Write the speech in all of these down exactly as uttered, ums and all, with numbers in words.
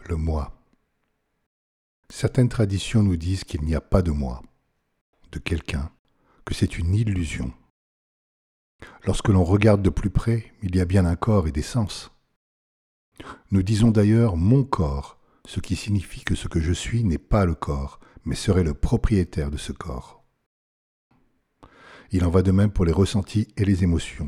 Le moi. Certaines traditions nous disent qu'il n'y a pas de moi, de quelqu'un, que c'est une illusion. Lorsque l'on regarde de plus près, il y a bien un corps et des sens. Nous disons d'ailleurs mon corps, ce qui signifie que ce que je suis n'est pas le corps, mais serait le propriétaire de ce corps. Il en va de même pour les ressentis et les émotions.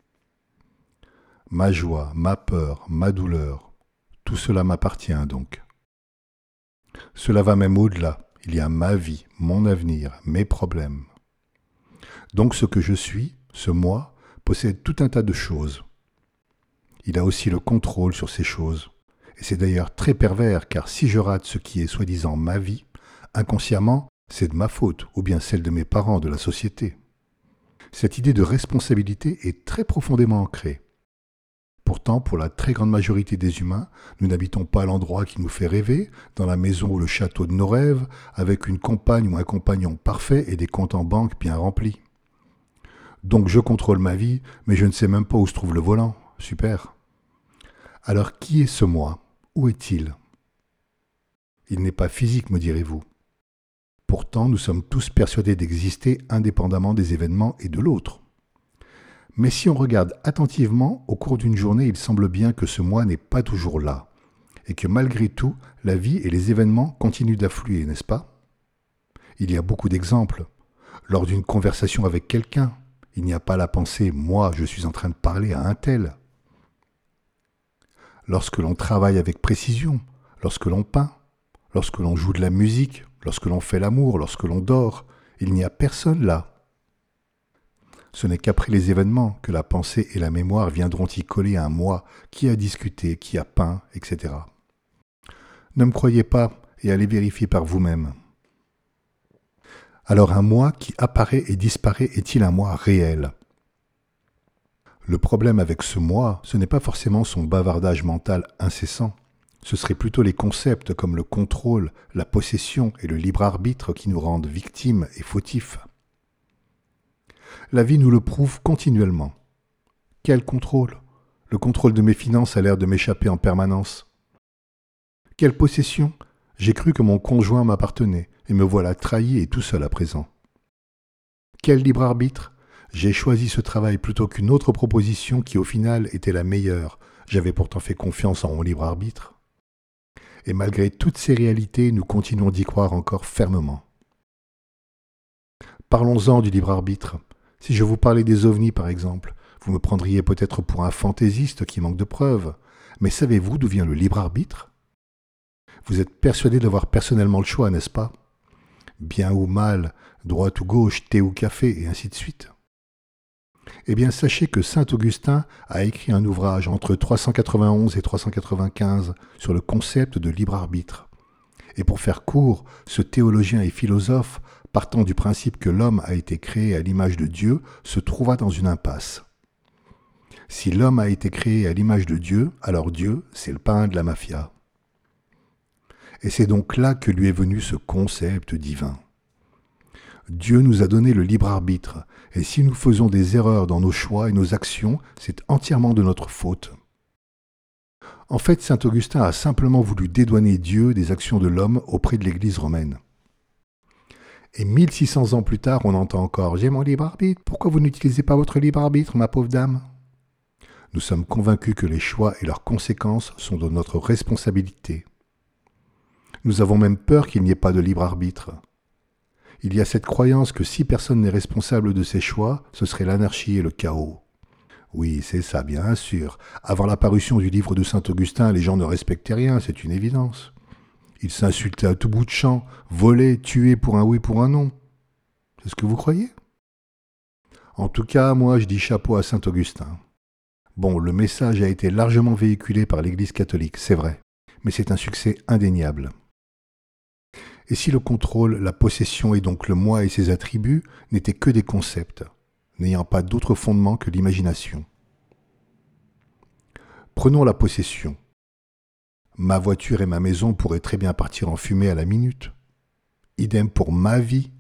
Ma joie, ma peur, ma douleur, tout cela m'appartient donc. Cela va même au-delà, il y a ma vie, mon avenir, mes problèmes. Donc ce que je suis, ce moi, possède tout un tas de choses. Il a aussi le contrôle sur ces choses. Et c'est d'ailleurs très pervers, car si je rate ce qui est soi-disant ma vie, inconsciemment, c'est de ma faute, ou bien celle de mes parents, de la société. Cette idée de responsabilité est très profondément ancrée. Pourtant, pour la très grande majorité des humains, nous n'habitons pas l'endroit qui nous fait rêver, dans la maison ou le château de nos rêves, avec une compagne ou un compagnon parfait et des comptes en banque bien remplis. Donc je contrôle ma vie, mais je ne sais même pas où se trouve le volant. Super. Alors qui est ce moi? Où est-il? Il n'est pas physique, me direz-vous. Pourtant, nous sommes tous persuadés d'exister indépendamment des événements et de l'autre. Mais si on regarde attentivement, au cours d'une journée, il semble bien que ce moi n'est pas toujours là, et que malgré tout, la vie et les événements continuent d'affluer, n'est-ce pas? Il y a beaucoup d'exemples. Lors d'une conversation avec quelqu'un, il n'y a pas la pensée « moi, je suis en train de parler à un tel ». Lorsque l'on travaille avec précision, lorsque l'on peint, lorsque l'on joue de la musique, lorsque l'on fait l'amour, lorsque l'on dort, il n'y a personne là. Ce n'est qu'après les événements que la pensée et la mémoire viendront y coller un moi qui a discuté, qui a peint, et cetera. Ne me croyez pas et allez vérifier par vous-même. Alors un moi qui apparaît et disparaît est-il un moi réel? Le problème avec ce moi, ce n'est pas forcément son bavardage mental incessant. Ce seraient plutôt les concepts comme le contrôle, la possession et le libre arbitre qui nous rendent victimes et fautifs. La vie nous le prouve continuellement. Quel contrôle? Le contrôle de mes finances a l'air de m'échapper en permanence. Quelle possession? J'ai cru que mon conjoint m'appartenait, et me voilà trahi et tout seul à présent. Quel libre arbitre? J'ai choisi ce travail plutôt qu'une autre proposition qui au final était la meilleure. J'avais pourtant fait confiance en mon libre arbitre. Et malgré toutes ces réalités, nous continuons d'y croire encore fermement. Parlons-en du libre arbitre. Si je vous parlais des ovnis par exemple, vous me prendriez peut-être pour un fantaisiste qui manque de preuves. Mais savez-vous d'où vient le libre arbitre? Vous êtes persuadé d'avoir personnellement le choix, n'est-ce pas? Bien ou mal, droite ou gauche, thé ou café, et ainsi de suite. Eh bien, sachez que saint Augustin a écrit un ouvrage entre trois cent quatre-vingt-onze et trois cent quatre-vingt-quinze sur le concept de libre arbitre. Et pour faire court, ce théologien et philosophe, partant du principe que l'homme a été créé à l'image de Dieu, se trouva dans une impasse. Si l'homme a été créé à l'image de Dieu, alors Dieu, c'est le parrain de la mafia. Et c'est donc là que lui est venu ce concept divin. Dieu nous a donné le libre arbitre, et si nous faisons des erreurs dans nos choix et nos actions, c'est entièrement de notre faute. En fait, saint Augustin a simplement voulu dédouaner Dieu des actions de l'homme auprès de l'Église romaine. Et mille six cents ans plus tard, on entend encore « J'ai mon libre arbitre, pourquoi vous n'utilisez pas votre libre arbitre, ma pauvre dame ?» Nous sommes convaincus que les choix et leurs conséquences sont de notre responsabilité. Nous avons même peur qu'il n'y ait pas de libre arbitre. Il y a cette croyance que si personne n'est responsable de ses choix, ce serait l'anarchie et le chaos. Oui, c'est ça, bien sûr. Avant la parution du livre de saint Augustin, les gens ne respectaient rien, c'est une évidence. Ils s'insultaient à tout bout de champ, volaient, tuaient pour un oui, pour un non. C'est ce que vous croyez? En tout cas, moi, je dis chapeau à saint Augustin. Bon, le message a été largement véhiculé par l'Église catholique, c'est vrai, mais c'est un succès indéniable. Et si le contrôle, la possession et donc le moi et ses attributs n'étaient que des concepts, n'ayant pas d'autre fondement que l'imagination? Prenons la possession. Ma voiture et ma maison pourraient très bien partir en fumée à la minute. Idem pour ma vie.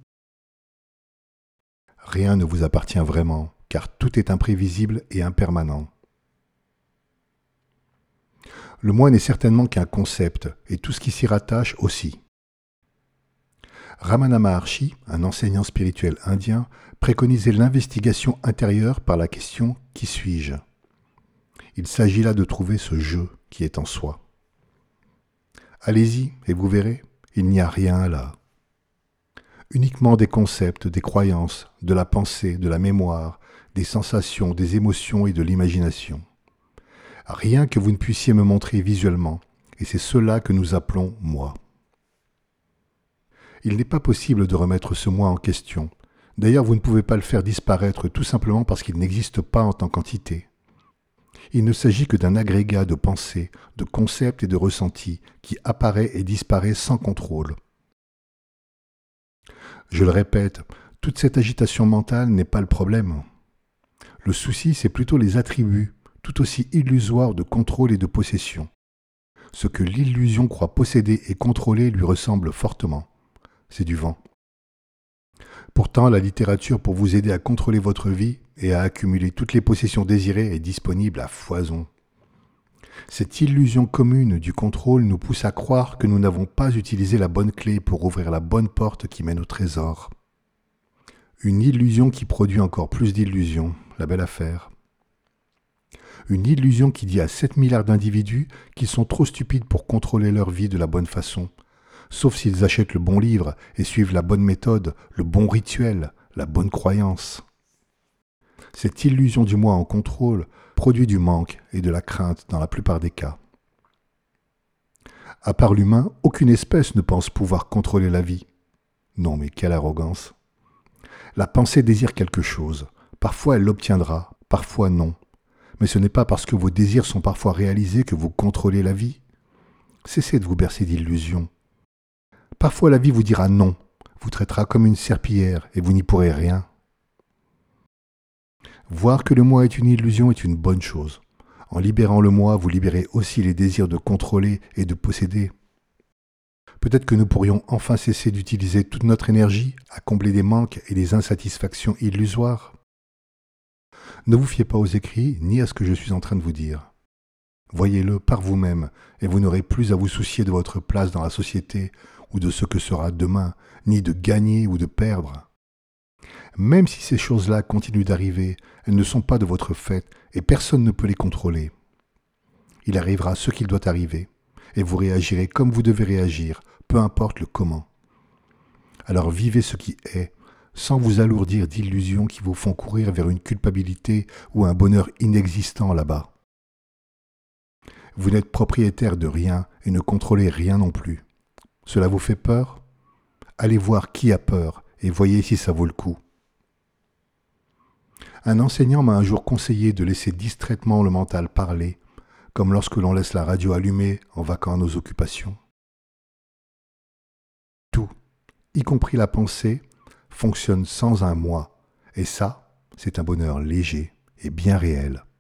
Rien ne vous appartient vraiment, car tout est imprévisible et impermanent. Le moi n'est certainement qu'un concept, et tout ce qui s'y rattache aussi. Ramana Maharshi, un enseignant spirituel indien, préconisait l'investigation intérieure par la question « Qui suis-je » Il s'agit là de trouver ce « je » qui est en soi. Allez-y et vous verrez, il n'y a rien là. Uniquement des concepts, des croyances, de la pensée, de la mémoire, des sensations, des émotions et de l'imagination. Rien que vous ne puissiez me montrer visuellement, et c'est cela que nous appelons « moi ». Il n'est pas possible de remettre ce moi en question. D'ailleurs, vous ne pouvez pas le faire disparaître tout simplement parce qu'il n'existe pas en tant qu'entité. Il ne s'agit que d'un agrégat de pensées, de concepts et de ressentis qui apparaît et disparaît sans contrôle. Je le répète, toute cette agitation mentale n'est pas le problème. Le souci, c'est plutôt les attributs, tout aussi illusoires de contrôle et de possession. Ce que l'illusion croit posséder et contrôler lui ressemble fortement. C'est du vent. Pourtant, la littérature pour vous aider à contrôler votre vie et à accumuler toutes les possessions désirées est disponible à foison. Cette illusion commune du contrôle nous pousse à croire que nous n'avons pas utilisé la bonne clé pour ouvrir la bonne porte qui mène au trésor. Une illusion qui produit encore plus d'illusions, la belle affaire. Une illusion qui dit à sept milliards d'individus qu'ils sont trop stupides pour contrôler leur vie de la bonne façon, sauf s'ils achètent le bon livre et suivent la bonne méthode, le bon rituel, la bonne croyance. Cette illusion du moi en contrôle produit du manque et de la crainte dans la plupart des cas. À part l'humain, aucune espèce ne pense pouvoir contrôler la vie. Non, mais quelle arrogance! La pensée désire quelque chose. Parfois elle l'obtiendra, parfois non. Mais ce n'est pas parce que vos désirs sont parfois réalisés que vous contrôlez la vie. Cessez de vous bercer d'illusions. Parfois la vie vous dira non, vous traitera comme une serpillière et vous n'y pourrez rien. Voir que le moi est une illusion est une bonne chose. En libérant le moi, vous libérez aussi les désirs de contrôler et de posséder. Peut-être que nous pourrions enfin cesser d'utiliser toute notre énergie à combler des manques et des insatisfactions illusoires. Ne vous fiez pas aux écrits ni à ce que je suis en train de vous dire. Voyez-le par vous-même et vous n'aurez plus à vous soucier de votre place dans la société ou de ce que sera demain, ni de gagner ou de perdre. Même si ces choses-là continuent d'arriver, elles ne sont pas de votre fait et personne ne peut les contrôler. Il arrivera ce qu'il doit arriver et vous réagirez comme vous devez réagir, peu importe le comment. Alors vivez ce qui est, sans vous alourdir d'illusions qui vous font courir vers une culpabilité ou un bonheur inexistant là-bas. Vous n'êtes propriétaire de rien et ne contrôlez rien non plus. Cela vous fait peur ? Allez voir qui a peur et voyez si ça vaut le coup. Un enseignant m'a un jour conseillé de laisser distraitement le mental parler, comme lorsque l'on laisse la radio allumée en vaquant à nos occupations. Tout, y compris la pensée, fonctionne sans un moi, et ça, c'est un bonheur léger et bien réel.